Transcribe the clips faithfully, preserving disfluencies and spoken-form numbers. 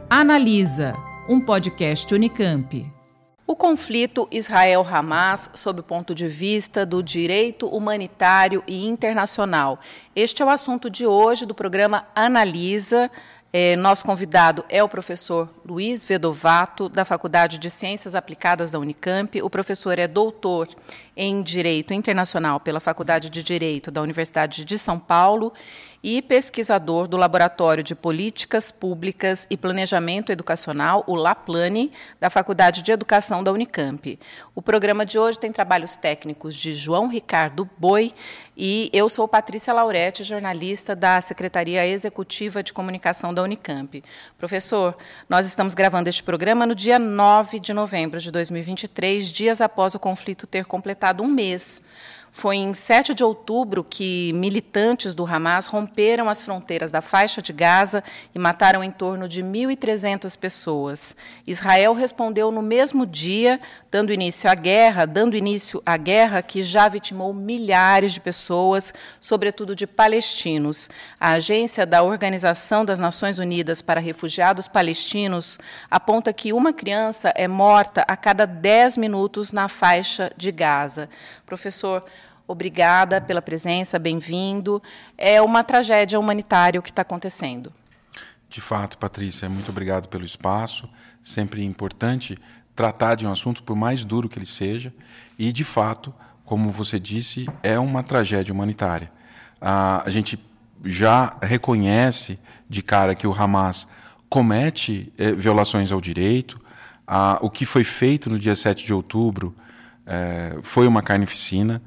Analisa, um podcast Unicamp. O conflito Israel-Hamas sob o ponto de vista do direito humanitário e internacional. Este é o assunto de hoje do programa Analisa. É, nosso convidado é o professor Luiz Vedovato, da Faculdade de Ciências Aplicadas da Unicamp. O professor é doutor em Direito Internacional pela Faculdade de Direito da Universidade de São Paulo e pesquisador do Laboratório de Políticas Públicas e Planejamento Educacional, o LAPLANE, da Faculdade de Educação da Unicamp. O programa de hoje tem trabalhos técnicos de João Ricardo Boi e eu sou Patrícia Lauretti, jornalista da Secretaria Executiva de Comunicação da Unicamp. Professor, nós estamos gravando este programa no dia nove de novembro de dois mil e vinte e três, dias após o conflito ter completado um mês. Foi em sete de outubro que militantes do Hamas romperam as fronteiras da faixa de Gaza e mataram em torno de mil e trezentas pessoas. Israel respondeu no mesmo dia, dando início à guerra, dando início à guerra que já vitimou milhares de pessoas, sobretudo de palestinos. A agência da Organização das Nações Unidas para Refugiados Palestinos aponta que uma criança é morta a cada dez minutos na faixa de Gaza. Professor, obrigada pela presença, bem-vindo. É uma tragédia humanitária o que está acontecendo. De fato, Patrícia, muito obrigado pelo espaço. Sempre importante tratar de um assunto, por mais duro que ele seja, e, de fato, como você disse, é uma tragédia humanitária. Ah, a gente já reconhece de cara que o Hamas comete eh, violações ao direito. Ah, o que foi feito no dia sete de outubro eh, foi uma carnificina.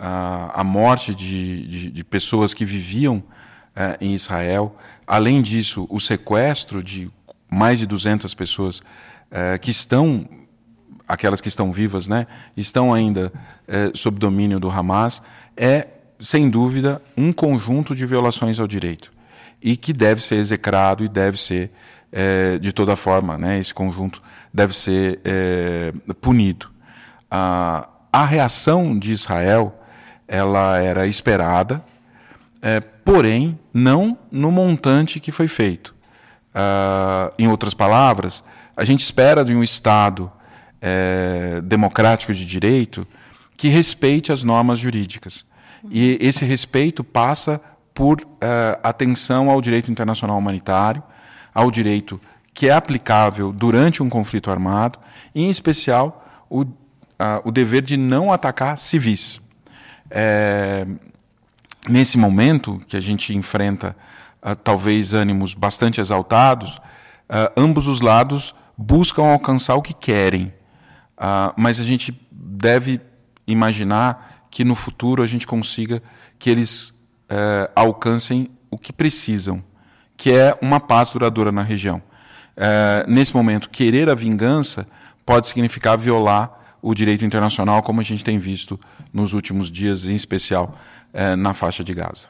A morte de, de, de pessoas que viviam eh, em Israel. Além disso, o sequestro de mais de duzentas pessoas eh, que estão, aquelas que estão vivas, né, estão ainda eh, sob domínio do Hamas, é, sem dúvida, um conjunto de violações ao direito e que deve ser execrado e deve ser, eh, de toda forma, né, esse conjunto deve ser eh, punido. A, a reação de Israel ela era esperada, é, porém, não no montante que foi feito. Uh, em outras palavras, a gente espera de um Estado é, democrático de direito que respeite as normas jurídicas. E esse respeito passa por uh, atenção ao direito internacional humanitário, ao direito que é aplicável durante um conflito armado, e, em especial, o, uh, o dever de não atacar civis. É, nesse momento que a gente enfrenta uh, talvez ânimos bastante exaltados, uh, ambos os lados buscam alcançar o que querem, uh, mas a gente deve imaginar que no futuro a gente consiga que eles uh, alcancem o que precisam, que é uma paz duradoura na região. Uh, nesse momento, querer a vingança pode significar violar o direito internacional, como a gente tem visto nos últimos dias, em especial eh, na faixa de Gaza.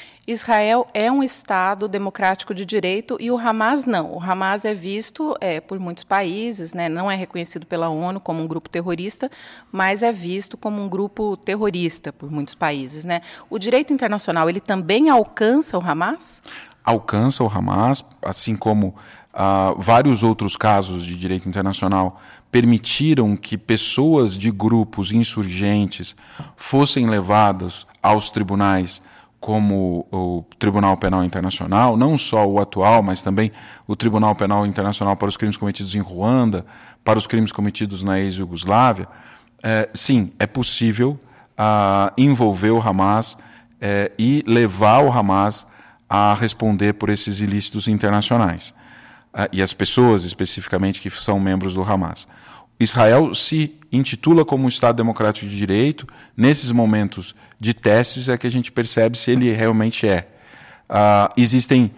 Israel é um Estado democrático de direito e o Hamas não. O Hamas é visto é, por muitos países, né, não é reconhecido pela ONU como um grupo terrorista, mas é visto como um grupo terrorista por muitos países, né? O direito internacional, ele também alcança o Hamas? Alcança o Hamas, assim como ah, vários outros casos de direito internacional permitiram que pessoas de grupos insurgentes fossem levadas aos tribunais, como o Tribunal Penal Internacional, não só o atual, mas também o Tribunal Penal Internacional para os crimes cometidos em Ruanda, para os crimes cometidos na ex-Iugoslávia. É, sim, é possível ah, envolver o Hamas é, e levar o Hamas a responder por esses ilícitos internacionais. Ah, e as pessoas, especificamente, que são membros do Hamas. Israel se intitula como um Estado democrático de direito. Nesses momentos de testes é que a gente percebe se ele realmente é. Uh, existem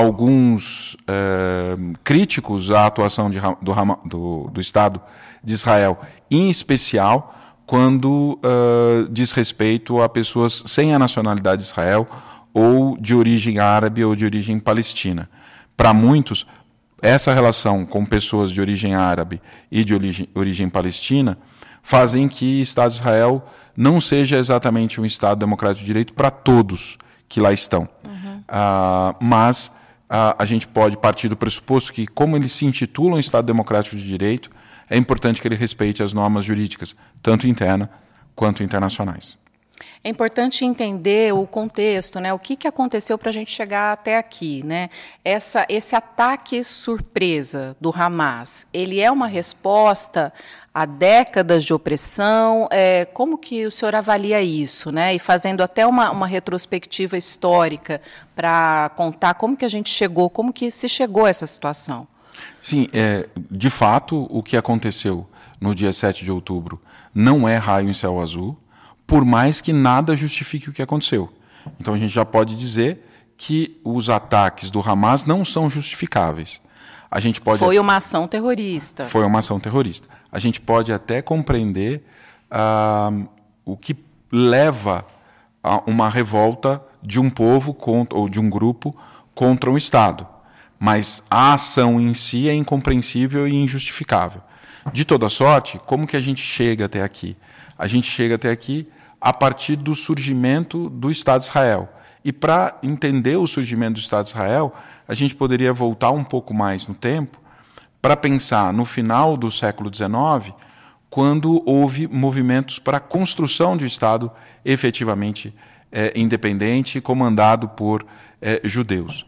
alguns uh, críticos à atuação de, do, do, do Estado de Israel, em especial quando uh, diz respeito a pessoas sem a nacionalidade de Israel ou de origem árabe ou de origem palestina. Para muitos, essa relação com pessoas de origem árabe e de origem, origem palestina fazem que o Estado de Israel não seja exatamente um Estado democrático de direito para todos que lá estão. Uhum. Uh, mas a, a gente pode partir do pressuposto que, como ele se intitula um Estado democrático de direito, é importante que ele respeite as normas jurídicas, tanto internas quanto internacionais. É importante entender o contexto, né? O que, que aconteceu para a gente chegar até aqui, né? Essa, esse ataque surpresa do Hamas, ele é uma resposta a décadas de opressão? É, como que o senhor avalia isso, né? E fazendo até uma, uma retrospectiva histórica para contar como que a gente chegou, como que se chegou a essa situação. Sim, é, de fato, o que aconteceu no dia sete de outubro não é raio em céu azul, por mais que nada justifique o que aconteceu. Então a gente já pode dizer que os ataques do Hamas não são justificáveis. A gente pode Foi uma ação terrorista. Foi uma ação terrorista. A gente pode até compreender ah, o que leva a uma revolta de um povo contra, ou de um grupo contra um Estado. Mas a ação em si é incompreensível e injustificável. De toda sorte, como que a gente chega até aqui? A gente chega até aqui a partir do surgimento do Estado de Israel. E para entender o surgimento do Estado de Israel, a gente poderia voltar um pouco mais no tempo para pensar no final do século dezenove, quando houve movimentos para a construção de um Estado efetivamente é, independente, comandado por é, judeus.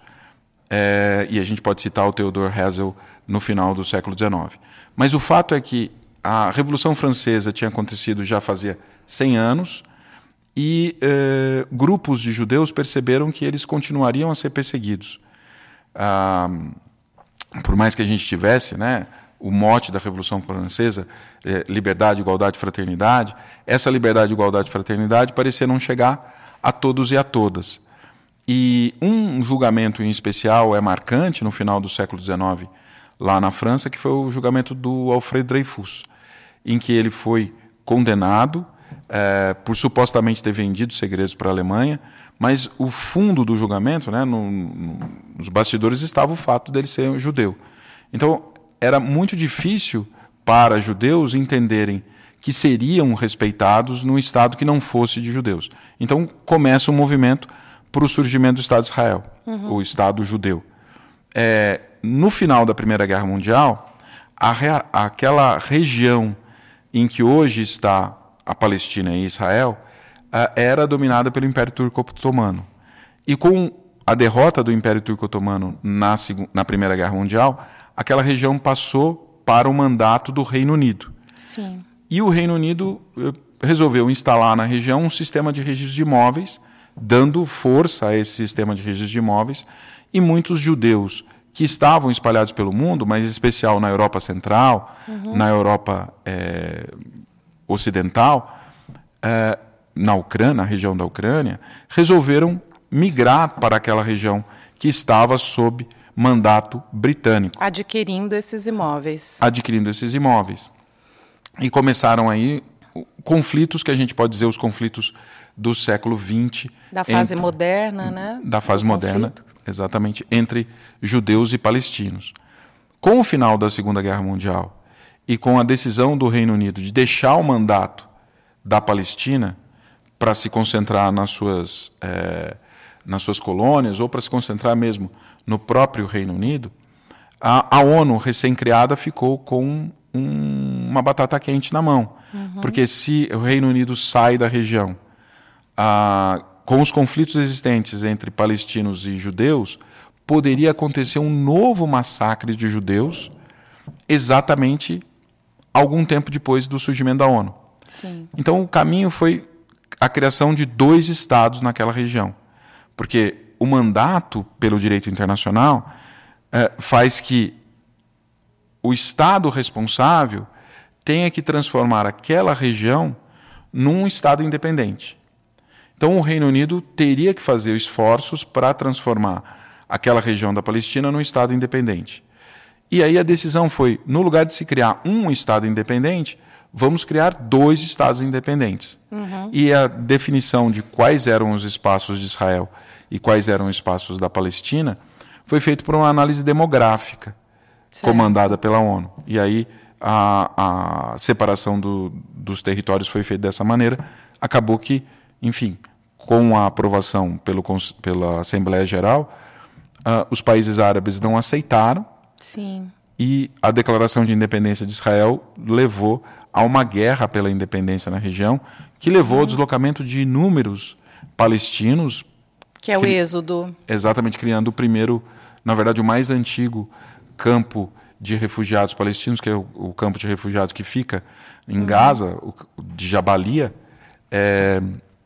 É, e a gente pode citar o Theodor Herzl no final do século dezenove. Mas o fato é que a Revolução Francesa tinha acontecido já fazia cem anos e eh, grupos de judeus perceberam que eles continuariam a ser perseguidos. Ah, por mais que a gente tivesse, né, o mote da Revolução Francesa, eh, liberdade, igualdade, fraternidade, essa liberdade, igualdade e fraternidade parecia não chegar a todos e a todas. E um julgamento em especial é marcante no final do século dezenove, lá na França, que foi o julgamento do Alfred Dreyfus, em que ele foi condenado é, por supostamente ter vendido segredos para a Alemanha, mas o fundo do julgamento, né, no, no, nos bastidores, estava o fato dele ser um judeu. Então, era muito difícil para judeus entenderem que seriam respeitados num Estado que não fosse de judeus. Então, começa um movimento para o surgimento do Estado de Israel, uhum. o Estado judeu. É, no final da Primeira Guerra Mundial, a rea, aquela região em que hoje está a Palestina e Israel uh, era dominada pelo Império Turco-Otomano. E com a derrota do Império Turco-Otomano na, na Primeira Guerra Mundial, aquela região passou para o mandato do Reino Unido. Sim. E o Reino Unido uh, resolveu instalar na região um sistema de registro de imóveis, dando força a esse sistema de registro de imóveis, e muitos judeus que estavam espalhados pelo mundo, mas em especial na Europa Central, uhum. na Europa é, Ocidental, é, na Ucrânia, na região da Ucrânia, resolveram migrar para aquela região que estava sob mandato britânico. Adquirindo esses imóveis. Adquirindo esses imóveis. E começaram aí conflitos que a gente pode dizer os conflitos do século vinte. Da fase entre, moderna, né? Da fase do moderna, conflito. Exatamente, entre judeus e palestinos. Com o final da Segunda Guerra Mundial e com a decisão do Reino Unido de deixar o mandato da Palestina para se concentrar nas suas, é, nas suas colônias ou para se concentrar mesmo no próprio Reino Unido, a, a ONU, recém-criada, ficou com um, uma batata quente na mão. Uhum. Porque se o Reino Unido sai da região a, com os conflitos existentes entre palestinos e judeus, poderia acontecer um novo massacre de judeus exatamente algum tempo depois do surgimento da ONU. Sim. Então o caminho foi a criação de dois estados naquela região. Porque o mandato pelo direito internacional eh, faz que o Estado responsável tenha que transformar aquela região num Estado independente. Então o Reino Unido teria que fazer esforços para transformar aquela região da Palestina num Estado independente. E aí a decisão foi, no lugar de se criar um Estado independente, vamos criar dois Estados independentes. Uhum. E a definição de quais eram os espaços de Israel e quais eram os espaços da Palestina foi feito por uma análise demográfica, certo, comandada pela ONU. E aí a, a separação do, dos territórios foi feita dessa maneira. Acabou que, enfim, com a aprovação pelo, pela Assembleia Geral, uh, os países árabes não aceitaram. Sim. E a declaração de independência de Israel levou a uma guerra pela independência na região, que levou uhum. ao deslocamento de inúmeros palestinos. Que é o cri... êxodo. Exatamente, criando o primeiro, na verdade, o mais antigo campo de refugiados palestinos, que é o, o campo de refugiados que fica em uhum. Gaza, o, de Jabalia. É,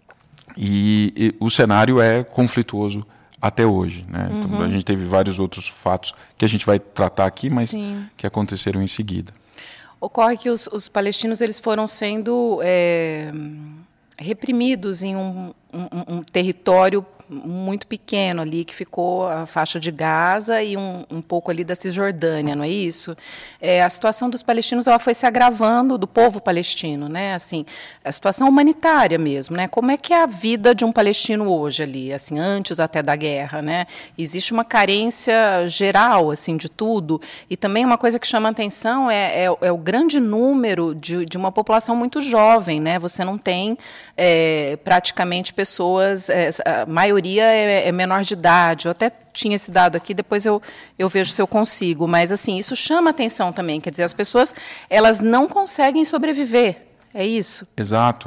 e, e o cenário é conflituoso até hoje, né? Uhum. Então, a gente teve vários outros fatos que a gente vai tratar aqui, mas Sim. que aconteceram em seguida. Ocorre que os, os palestinos eles foram sendo é, reprimidos em um, um, um território muito pequeno ali, que ficou a faixa de Gaza e um, um pouco ali da Cisjordânia, não é isso? É, a situação dos palestinos ela foi se agravando, do povo palestino, né? Assim, a situação humanitária mesmo, né? Como é que é a vida de um palestino hoje ali, assim, antes até da guerra, né? Existe uma carência geral, assim, de tudo, e também uma coisa que chama a atenção é, é, é o grande número de, de uma população muito jovem, né? Você não tem é, praticamente pessoas, é, a maioria é, é menor de idade. Eu até tinha esse dado aqui, depois eu, eu vejo se eu consigo. Mas, assim, isso chama atenção também. Quer dizer, as pessoas, elas não conseguem sobreviver. É isso? Exato.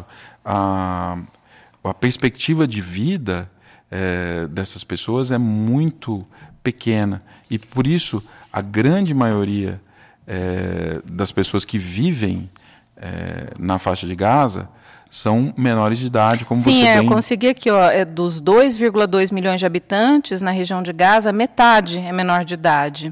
A, a perspectiva de vida é, dessas pessoas é muito pequena. E, por isso, a grande maioria é, das pessoas que vivem é, na faixa de Gaza são menores de idade, como Sim, você é, bem... eu consegui aqui, ó, é dos dois vírgula dois milhões de habitantes na região de Gaza, metade é menor de idade.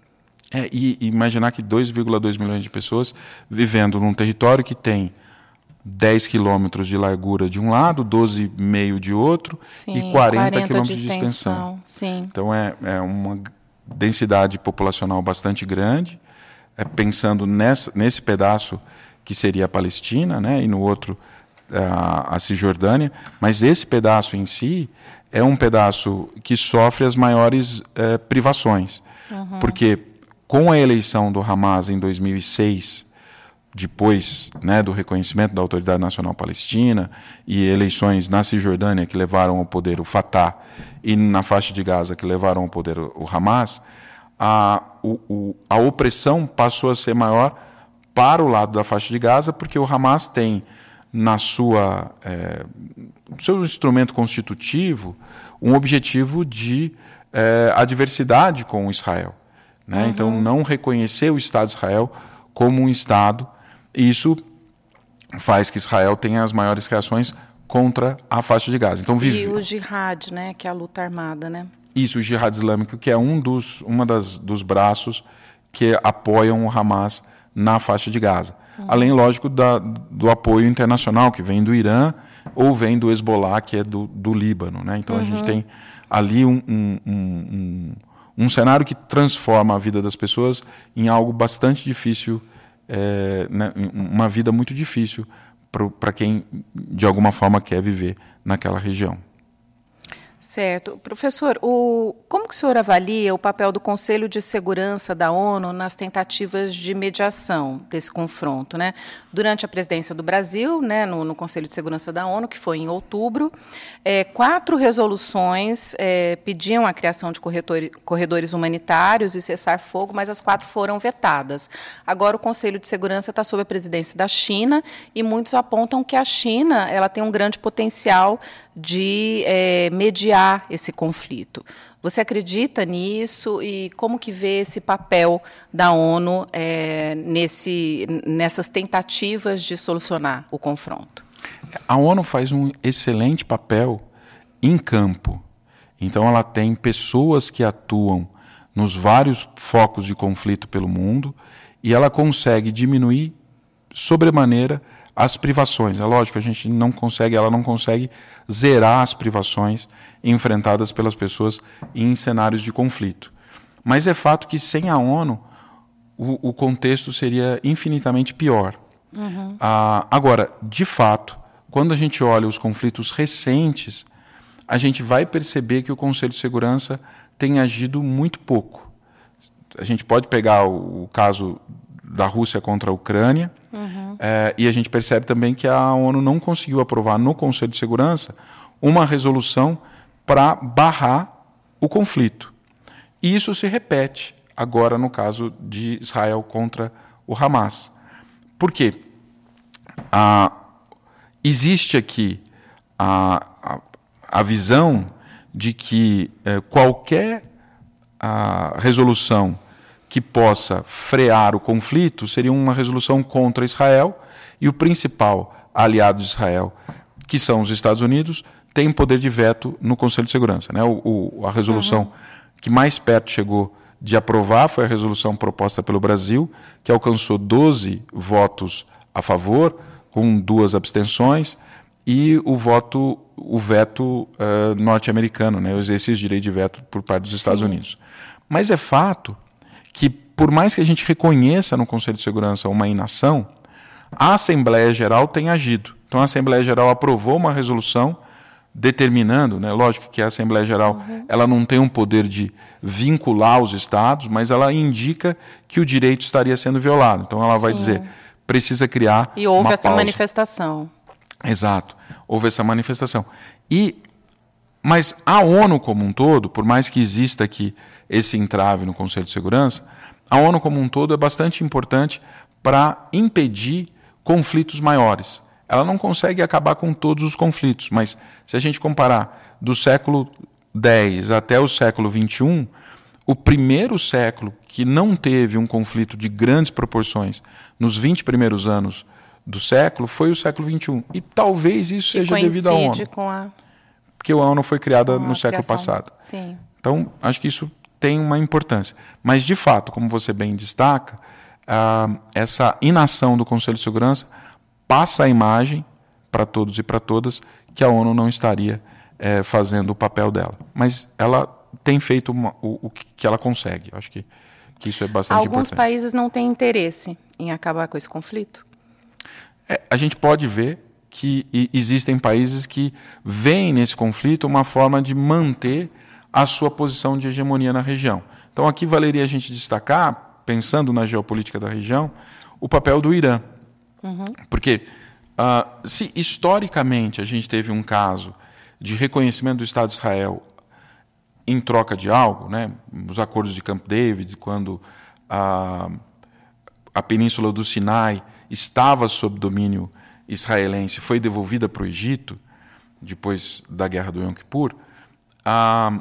É, e, e imaginar que dois vírgula dois milhões de pessoas vivendo num território que tem dez quilômetros de largura de um lado, doze vírgula cinco de outro, Sim, e quarenta quilômetros de, de extensão. Sim. Então é, é uma densidade populacional bastante grande, é, pensando nessa, nesse pedaço que seria a Palestina, né, e no outro a, a Cisjordânia, mas esse pedaço em si é um pedaço que sofre as maiores eh, privações, uhum. porque com a eleição do Hamas em dois mil e seis, depois, né, do reconhecimento da Autoridade Nacional Palestina e eleições na Cisjordânia que levaram ao poder o Fatah e na faixa de Gaza que levaram ao poder o, o Hamas, a, o, o, a opressão passou a ser maior para o lado da faixa de Gaza, porque o Hamas tem na sua é, seu instrumento constitutivo um objetivo de é, adversidade com Israel, né? Uhum. Então não reconhecer o Estado de Israel como um Estado, e isso faz que Israel tenha as maiores reações contra a faixa de Gaza. Então, vive... E o jihad, né, que é a luta armada, né? Isso, o jihad islâmico, que é um dos, uma das, dos braços que apoiam o Hamas na faixa de Gaza. Uhum. Além, lógico, da, do apoio internacional, que vem do Irã ou vem do Hezbollah, que é do, do Líbano, né? Então, uhum. a gente tem ali um, um, um, um cenário que transforma a vida das pessoas em algo bastante difícil, é, né? Uma vida muito difícil para quem, de alguma forma, quer viver naquela região. Certo. Professor, o, como que o senhor avalia o papel do Conselho de Segurança da ONU nas tentativas de mediação desse confronto, né? Durante a presidência do Brasil, né, no, no Conselho de Segurança da ONU, que foi em outubro, é, quatro resoluções é, pediam a criação de corredores, corredores humanitários e cessar-fogo, mas as quatro foram vetadas. Agora o Conselho de Segurança está sob a presidência da China e muitos apontam que a China ela tem um grande potencial de é, mediar esse conflito. Você acredita nisso e como que vê esse papel da ONU é, nesse, nessas tentativas de solucionar o confronto? A ONU faz um excelente papel em campo. Então ela tem pessoas que atuam nos vários focos de conflito pelo mundo e ela consegue diminuir sobremaneira as privações. É lógico, a gente não consegue, ela não consegue zerar as privações enfrentadas pelas pessoas em cenários de conflito. Mas é fato que sem a ONU o, o contexto seria infinitamente pior. Uhum. Ah, agora, de fato, quando a gente olha os conflitos recentes, a gente vai perceber que o Conselho de Segurança tem agido muito pouco. A gente pode pegar o, o caso da Rússia contra a Ucrânia, uhum. é, e a gente percebe também que a ONU não conseguiu aprovar no Conselho de Segurança uma resolução para barrar o conflito. E isso se repete agora no caso de Israel contra o Hamas. Por quê? Ah, existe aqui a, a, a visão de que eh, qualquer a, resolução que possa frear o conflito seria uma resolução contra Israel, e o principal aliado de Israel, que são os Estados Unidos, tem poder de veto no Conselho de Segurança. Né? O, o, a resolução uhum. que mais perto chegou de aprovar foi a resolução proposta pelo Brasil, que alcançou doze votos a favor, com duas abstenções, e o voto, o veto uh, norte-americano, né? O exercício de direito de veto por parte dos Estados Sim. Unidos. Mas é fato que, por mais que a gente reconheça no Conselho de Segurança uma inação, a Assembleia Geral tem agido. Então a Assembleia Geral aprovou uma resolução determinando, né, lógico que a Assembleia Geral uhum. ela não tem um poder de vincular os estados, mas ela indica que o direito estaria sendo violado. Então ela vai Sim. dizer, precisa criar E houve uma essa pausa. manifestação. Exato, houve essa manifestação. E, mas a ONU como um todo, por mais que exista aqui esse entrave no Conselho de Segurança, a ONU como um todo é bastante importante para impedir conflitos maiores. Ela não consegue acabar com todos os conflitos, mas se a gente comparar do século dez até o século vinte e um, o primeiro século que não teve um conflito de grandes proporções nos vinte primeiros anos do século foi o século vinte e um. E talvez isso que seja devido à ONU. Com a... Porque a ONU foi criada no século criação. passado. Sim. Então, acho que isso tem uma importância. Mas, de fato, como você bem destaca, ah, essa inação do Conselho de Segurança passa a imagem para todos e para todas que a ONU não estaria é, fazendo o papel dela. Mas ela tem feito uma, o, o que ela consegue. Acho que, que isso é bastante Alguns importante. Alguns países não têm interesse em acabar com esse conflito? É, a gente pode ver que existem países que veem nesse conflito uma forma de manter a sua posição de hegemonia na região. Então aqui valeria a gente destacar, pensando na geopolítica da região, o papel do Irã. Uhum. Porque uh, se historicamente a gente teve um caso de reconhecimento do Estado de Israel em troca de algo, né, os acordos de Camp David, quando a, a península do Sinai estava sob domínio israelense, foi devolvida para o Egito, depois da Guerra do Yom Kippur, ah,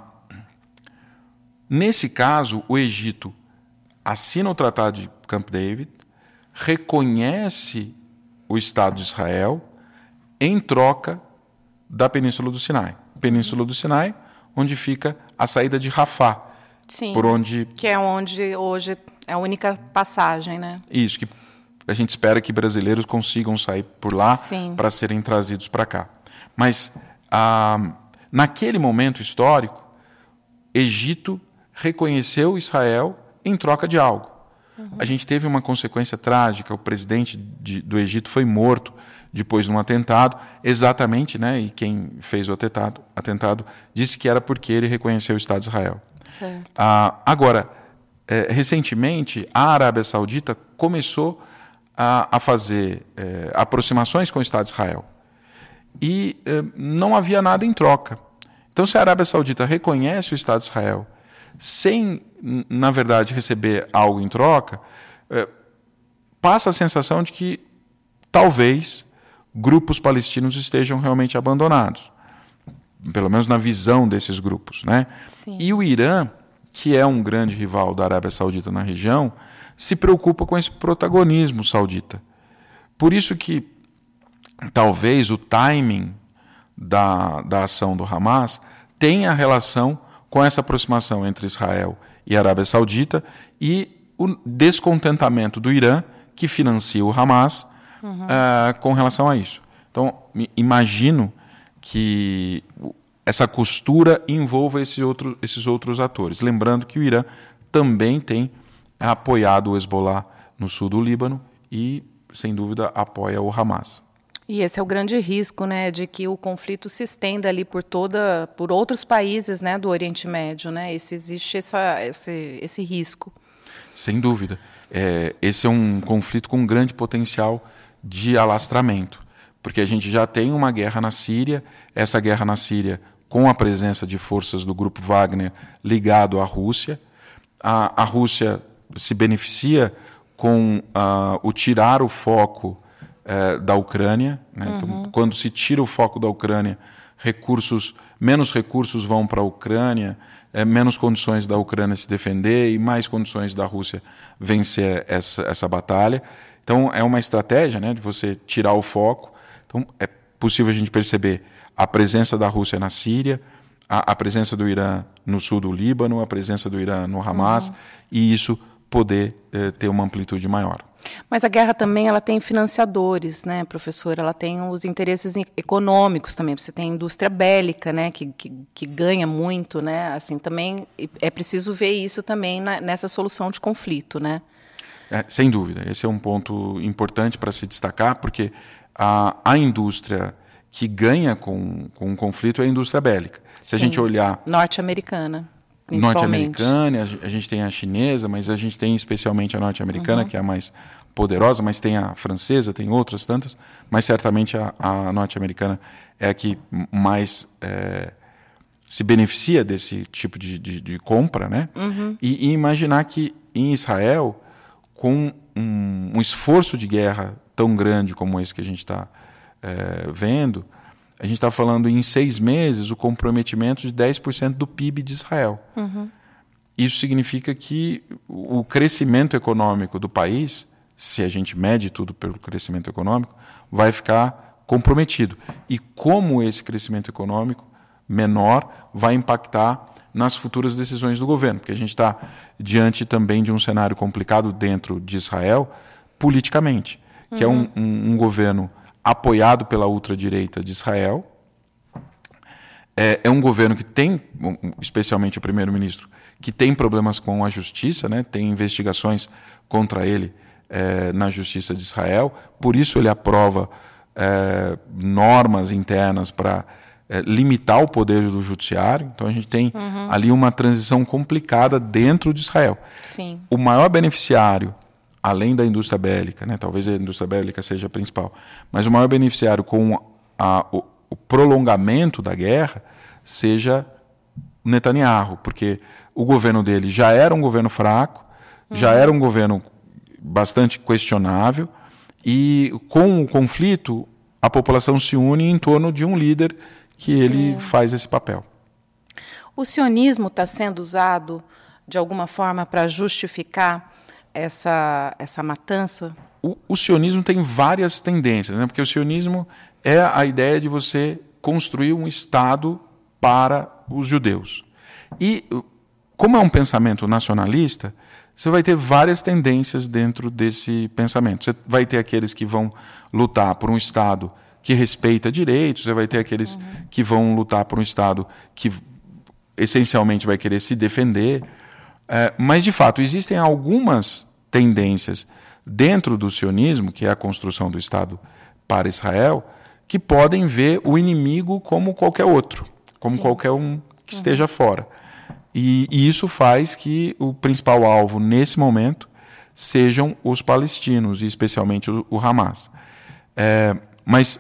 nesse caso, o Egito assina o Tratado de Camp David, reconhece o Estado de Israel em troca da Península do Sinai. Península do Sinai, onde fica a saída de Rafah. Sim, por onde... que é onde hoje é a única passagem, né? Isso, que a gente espera que brasileiros consigam sair por lá para serem trazidos para cá. Mas, ah, naquele momento histórico, Egito reconheceu Israel em troca de algo. Uhum. A gente teve uma consequência trágica, o presidente de, do Egito foi morto depois de um atentado, exatamente, né, e quem fez o atentado, atentado disse que era porque ele reconheceu o Estado de Israel. Certo. Ah, agora, é, recentemente, a Arábia Saudita começou a, a fazer é, aproximações com o Estado de Israel. E é, não havia nada em troca. Então, se a Arábia Saudita reconhece o Estado de Israel sem, na verdade, receber algo em troca, é, passa a sensação de que talvez grupos palestinos estejam realmente abandonados, pelo menos na visão desses grupos, né? Sim. E o Irã, que é um grande rival da Arábia Saudita na região, se preocupa com esse protagonismo saudita. Por isso que talvez o timing da, da ação do Hamas tenha relação com essa aproximação entre Israel e a Arábia Saudita e o descontentamento do Irã, que financia o Hamas, uhum. uh, com relação a isso. Então, imagino que essa costura envolva esse outro, esses outros atores. Lembrando que o Irã também tem apoiado o Hezbollah no sul do Líbano e, sem dúvida, apoia o Hamas. E esse é o grande risco, né, de que o conflito se estenda ali por toda, por outros países, né, do Oriente Médio, né? Esse, existe essa, esse, esse risco. Sem dúvida. É, esse é um conflito com um grande potencial de alastramento, porque a gente já tem uma guerra na Síria, essa guerra na Síria com a presença de forças do grupo Wagner ligado à Rússia, a, a Rússia se beneficia com uh, o tirar o foco uh, da Ucrânia. Né? Uhum. Então, quando se tira o foco da Ucrânia, recursos, menos recursos vão para a Ucrânia, é, menos condições da Ucrânia se defender e mais condições da Rússia vencer essa, essa batalha. Então, é uma estratégia, né, de você tirar o foco. Então, é possível a gente perceber a presença da Rússia na Síria, a, a presença do Irã no sul do Líbano, a presença do Irã no Hamas, uhum. e isso poder eh, ter uma amplitude maior. Mas a guerra também ela tem financiadores, né, professor? Ela tem os interesses econômicos também. Você tem a indústria bélica, né, que, que, que ganha muito, né? Assim, também é preciso ver isso também na, nessa solução de conflito, né? É, sem dúvida. Esse é um ponto importante para se destacar, porque a, a indústria que ganha com, com o conflito é a indústria bélica. Se Sim. a gente olhar... Norte-americana. Norte-americana, a gente tem a chinesa, mas a gente tem especialmente a norte-americana, uhum. que é a mais poderosa, mas tem a francesa, tem outras tantas, mas certamente a, a norte-americana é a que mais é, se beneficia desse tipo de, de, de compra, né? Uhum. E, e imaginar que em Israel, com um, um esforço de guerra tão grande como esse que a gente está é, vendo, a gente está falando em seis meses o comprometimento de dez por cento do P I B de Israel. Uhum. Isso significa que o crescimento econômico do país, se a gente mede tudo pelo crescimento econômico, vai ficar comprometido. E como esse crescimento econômico menor vai impactar nas futuras decisões do governo? Porque a gente está diante também de um cenário complicado dentro de Israel, politicamente, que uhum. é um, um, um governo apoiado pela ultradireita de Israel. É, é um governo que tem, especialmente o primeiro-ministro, que tem problemas com a justiça, né? Tem investigações contra ele é, na justiça de Israel, por isso ele aprova é, normas internas para é, limitar o poder do judiciário. Então a gente tem uhum. ali uma transição complicada dentro de Israel. Sim. O maior beneficiário, além da indústria bélica, né? Talvez a indústria bélica seja a principal, mas o maior beneficiário com a, o, o prolongamento da guerra seja o Netanyahu, porque o governo dele já era um governo fraco, uhum. já era um governo bastante questionável, e com o conflito a população se une em torno de um líder que Sim. ele faz esse papel. O sionismo está sendo usado de alguma forma para justificar essa, essa matança? O, o sionismo tem várias tendências, né? Porque o sionismo é a ideia de você construir um Estado para os judeus. E, como é um pensamento nacionalista, você vai ter várias tendências dentro desse pensamento. Você vai ter aqueles que vão lutar por um Estado que respeita direitos, você vai ter aqueles uhum. que vão lutar por um Estado que essencialmente vai querer se defender. É, mas, de fato, existem algumas tendências dentro do sionismo, que é a construção do Estado para Israel, que podem ver o inimigo como qualquer outro, como Sim. qualquer um que uhum. esteja fora. E, e isso faz que o principal alvo, nesse momento, sejam os palestinos, e especialmente o, o Hamas. É, mas,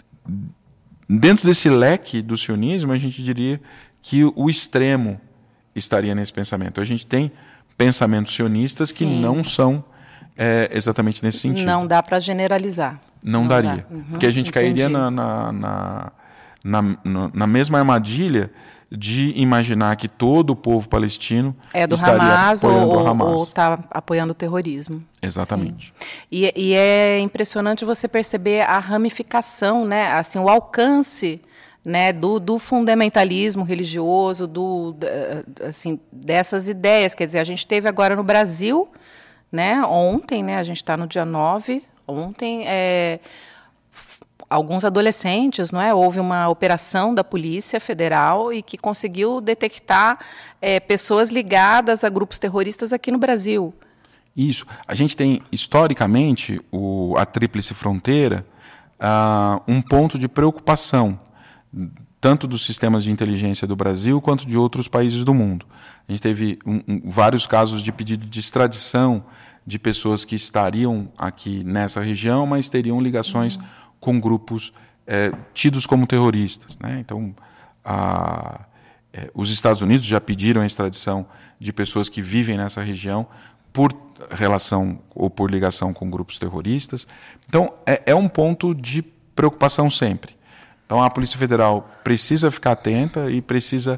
dentro desse leque do sionismo, a gente diria que o extremo estaria nesse pensamento. A gente tem pensamentos sionistas Sim. que não são é, exatamente nesse sentido. Não dá para generalizar. Não, não daria. Uhum, porque a gente entendi. cairia na, na, na, na, na mesma armadilha de imaginar que todo o povo palestino é do estaria Hamas apoiando ou, o Hamas. Ou está apoiando o terrorismo. Exatamente. E, e é impressionante você perceber a ramificação, né? Assim, o alcance... Né, do, do fundamentalismo religioso, do, assim, dessas ideias. Quer dizer, a gente teve agora no Brasil, né, ontem, né, a gente está no dia nove, ontem, é, alguns adolescentes, não é, houve uma operação da Polícia Federal e que conseguiu detectar é, pessoas ligadas a grupos terroristas aqui no Brasil. Isso. A gente tem, historicamente, o, a Tríplice Fronteira, uh, um ponto de preocupação, tanto dos sistemas de inteligência do Brasil quanto de outros países do mundo. A gente teve um, um, vários casos de pedido de extradição de pessoas que estariam aqui nessa região, mas teriam ligações uhum. com grupos é, tidos como terroristas, né? Então, a, é, os Estados Unidos já pediram a extradição de pessoas que vivem nessa região por relação ou por ligação com grupos terroristas. Então, é, é um ponto de preocupação sempre. Então, a Polícia Federal precisa ficar atenta e precisa,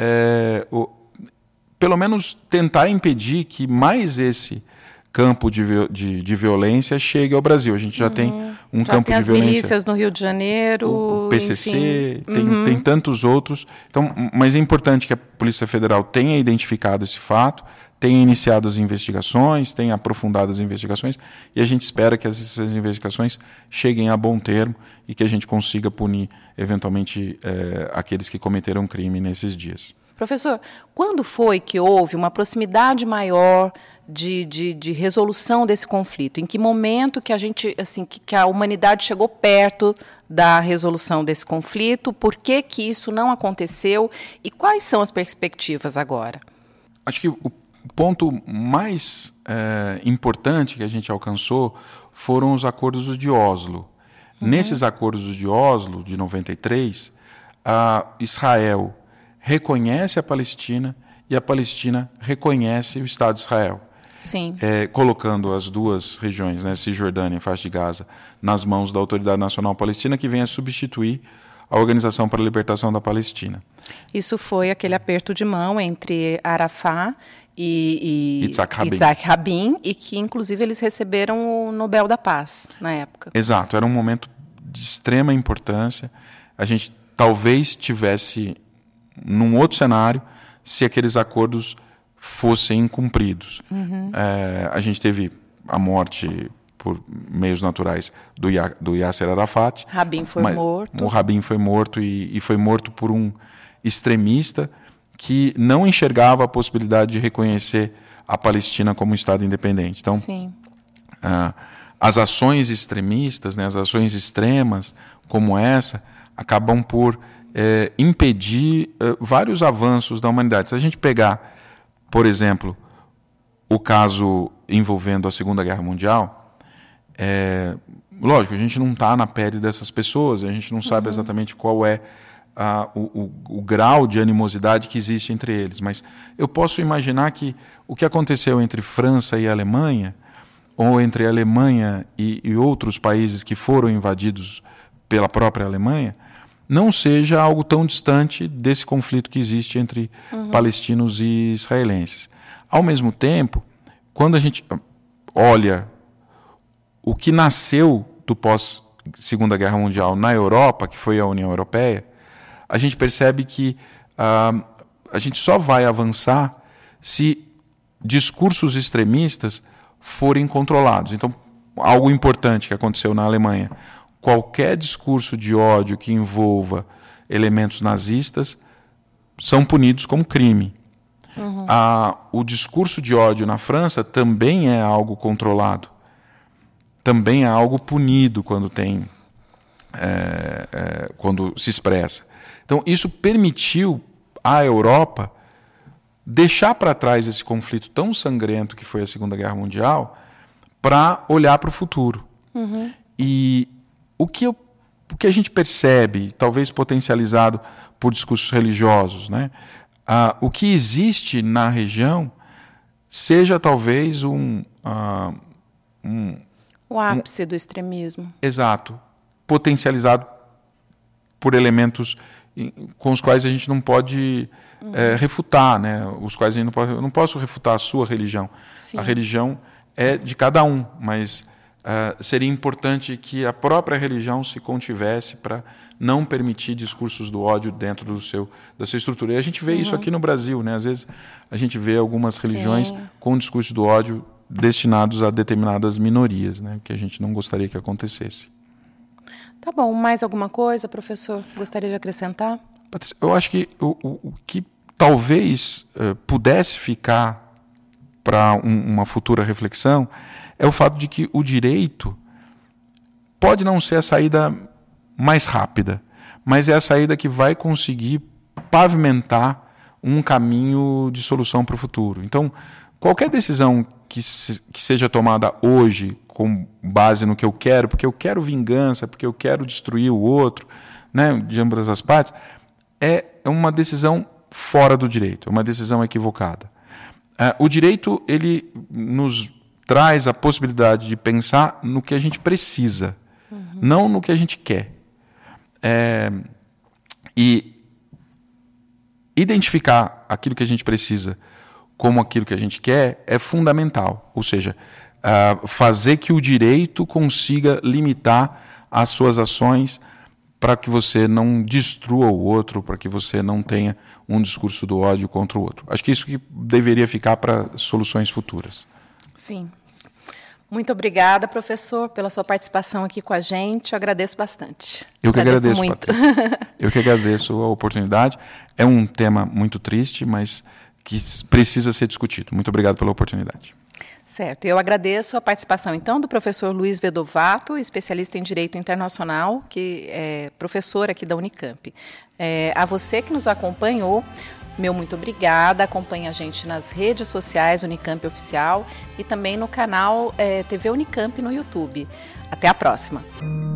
é, o, pelo menos, tentar impedir que mais esse campo de, de, de violência chegue ao Brasil. A gente já uhum. tem um já campo tem de as violência. Milícias no Rio de Janeiro. O, o P C C, tem, uhum. tem tantos outros. Então, mas é importante que a Polícia Federal tenha identificado esse fato, tenha iniciado as investigações, tenha aprofundado as investigações, e a gente espera que essas investigações cheguem a bom termo e que a gente consiga punir, eventualmente, é, aqueles que cometeram crime nesses dias. Professor, quando foi que houve uma proximidade maior de, de, de resolução desse conflito? Em que momento que a gente, assim, que, que a humanidade chegou perto da resolução desse conflito? Por que que isso não aconteceu? E quais são as perspectivas agora? Acho que o ponto mais é, importante que a gente alcançou foram os acordos de Oslo. Uhum. Nesses acordos de Oslo, de noventa e três, a Israel reconhece a Palestina e a Palestina reconhece o Estado de Israel. Sim. É, colocando as duas regiões, né, Cisjordânia e faixa de Gaza, nas mãos da Autoridade Nacional Palestina, que vem a substituir a Organização para a Libertação da Palestina. Isso foi aquele aperto de mão entre Arafat e, e Yitzhak Rabin. Yitzhak Rabin, e que, inclusive, eles receberam o Nobel da Paz na época. Exato, era um momento de extrema importância. A gente talvez tivesse num outro cenário se aqueles acordos fossem cumpridos. Uhum. É, a gente teve a morte por meios naturais do, Ya, do Yasser Arafat. Rabin foi morto. O Rabin foi morto e, e foi morto por um extremista que não enxergava a possibilidade de reconhecer a Palestina como um Estado independente. Então, Sim. Ah, as ações extremistas, né, as ações extremas como essa, acabam por é, impedir é, vários avanços da humanidade. Se a gente pegar, por exemplo, o caso envolvendo a Segunda Guerra Mundial, é, lógico, a gente não está na pele dessas pessoas, a gente não sabe uhum. exatamente qual é a, o, o, o grau de animosidade que existe entre eles, mas eu posso imaginar que o que aconteceu entre França e Alemanha, ou entre a Alemanha e, e outros países que foram invadidos pela própria Alemanha, não seja algo tão distante desse conflito que existe entre uhum. palestinos e israelenses. Ao mesmo tempo, quando a gente olha o que nasceu do pós-Segunda Guerra Mundial na Europa, que foi a União Europeia, a gente percebe que uh, a gente só vai avançar se discursos extremistas forem controlados. Então, algo importante que aconteceu na Alemanha: qualquer discurso de ódio que envolva elementos nazistas são punidos como crime. Uhum. Ah, o discurso de ódio na França também é algo controlado. Também é algo punido quando tem, é, é, quando se expressa. Então, isso permitiu à Europa deixar para trás esse conflito tão sangrento que foi a Segunda Guerra Mundial para olhar para o futuro. Uhum. E o que, eu, o que a gente percebe, talvez potencializado por discursos religiosos, né? Ah, o que existe na região seja talvez um... Ah, um o ápice um, do extremismo. Exato. Potencializado por elementos com os quais a gente não pode uhum. é, refutar, né? Os quais a gente não pode, eu não posso refutar a sua religião. Sim. A religião é de cada um, mas uh, seria importante que a própria religião se contivesse para não permitir discursos do ódio dentro do seu, da sua estrutura. E a gente vê uhum. isso aqui no Brasil, né? Às vezes a gente vê algumas religiões Sim. com discurso do ódio destinados a determinadas minorias, né? Que a gente não gostaria que acontecesse. Tá bom. Mais alguma coisa, professor? Gostaria de acrescentar? Eu acho que o, o, o que talvez uh, pudesse ficar para um, uma futura reflexão é o fato de que o direito pode não ser a saída mais rápida, mas é a saída que vai conseguir pavimentar um caminho de solução para o futuro. Então, qualquer decisão que, se, que seja tomada hoje com base no que eu quero, porque eu quero vingança, porque eu quero destruir o outro, né, de ambas as partes, é uma decisão fora do direito, é uma decisão equivocada. Uh, o direito, ele nos traz a possibilidade de pensar no que a gente precisa, uhum. não no que a gente quer. É, e identificar aquilo que a gente precisa como aquilo que a gente quer é fundamental. Ou seja, uh, fazer que o direito consiga limitar as suas ações para que você não destrua o outro, para que você não tenha um discurso do ódio contra o outro. Acho que isso que deveria ficar para soluções futuras. Sim. Muito obrigada, professor, pela sua participação aqui com a gente. Eu agradeço bastante. Eu que agradeço, muito. Patrícia. Eu que agradeço a oportunidade. É um tema muito triste, mas que precisa ser discutido. Muito obrigado pela oportunidade. Certo. Eu agradeço a participação, então, do professor Luiz Vedovato, especialista em Direito Internacional, que é professor aqui da Unicamp. É, a você que nos acompanhou, meu muito obrigada. Acompanhe a gente nas redes sociais Unicamp Oficial e também no canal é, T V Unicamp no YouTube. Até a próxima.